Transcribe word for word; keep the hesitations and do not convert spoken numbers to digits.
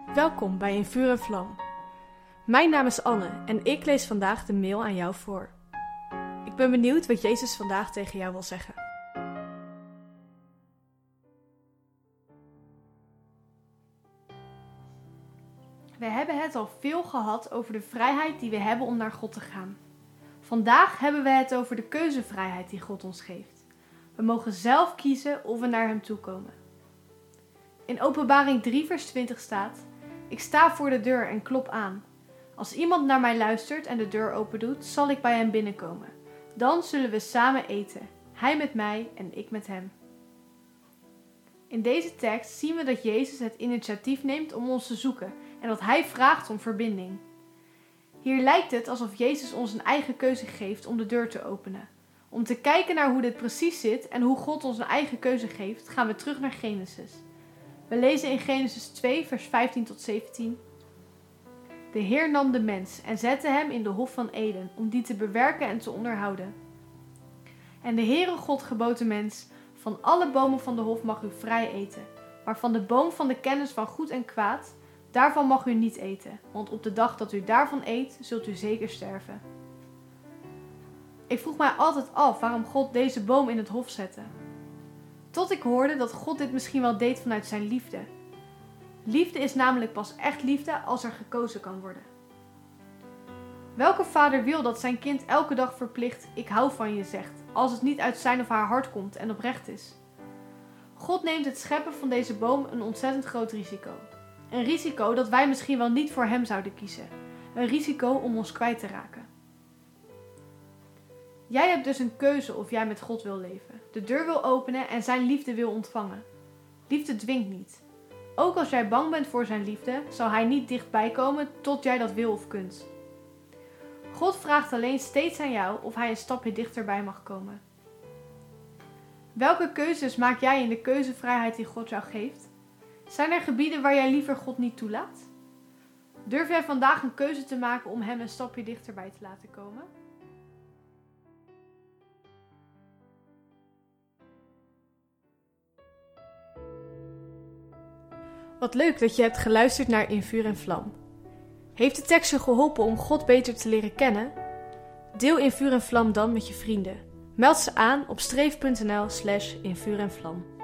Welkom bij In Vuur en Vlam. Mijn naam is Anne en ik lees vandaag de mail aan jou voor. Ik ben benieuwd wat Jezus vandaag tegen jou wil zeggen. We hebben het al veel gehad over de vrijheid die we hebben om naar God te gaan. Vandaag hebben we het over de keuzevrijheid die God ons geeft. We mogen zelf kiezen of we naar Hem toe komen. In Openbaring drie vers twintig staat: Ik sta voor de deur en klop aan. Als iemand naar mij luistert en de deur opendoet, zal ik bij hem binnenkomen. Dan zullen we samen eten, hij met mij en ik met hem. In deze tekst zien we dat Jezus het initiatief neemt om ons te zoeken en dat Hij vraagt om verbinding. Hier lijkt het alsof Jezus ons een eigen keuze geeft om de deur te openen. Om te kijken naar hoe dit precies zit en hoe God ons een eigen keuze geeft, gaan we terug naar Genesis. We lezen in Genesis twee vers vijftien tot zeventien. De Heer nam de mens en zette hem in de hof van Eden om die te bewerken en te onderhouden. En de Heere God gebood de mens: Van alle bomen van de hof mag u vrij eten, maar van de boom van de kennis van goed en kwaad, daarvan mag u niet eten, want op de dag dat u daarvan eet, zult u zeker sterven. Ik vroeg mij altijd af waarom God deze boom in het hof zette. Tot ik hoorde dat God dit misschien wel deed vanuit zijn liefde. Liefde is namelijk pas echt liefde als er gekozen kan worden. Welke vader wil dat zijn kind elke dag verplicht ik hou van je zegt, als het niet uit zijn of haar hart komt en oprecht is? God neemt het scheppen van deze boom een ontzettend groot risico. Een risico dat wij misschien wel niet voor hem zouden kiezen. Een risico om ons kwijt te raken. Jij hebt dus een keuze of jij met God wil leven, de deur wil openen en zijn liefde wil ontvangen. Liefde dwingt niet. Ook als jij bang bent voor zijn liefde, zal hij niet dichtbij komen tot jij dat wil of kunt. God vraagt alleen steeds aan jou of hij een stapje dichterbij mag komen. Welke keuzes maak jij in de keuzevrijheid die God jou geeft? Zijn er gebieden waar jij liever God niet toelaat? Durf jij vandaag een keuze te maken om hem een stapje dichterbij te laten komen? Wat leuk dat je hebt geluisterd naar In Vuur en Vlam. Heeft de tekst je geholpen om God beter te leren kennen? Deel In Vuur en Vlam dan met je vrienden. Meld ze aan op streef punt n l slash in vuur en vlam.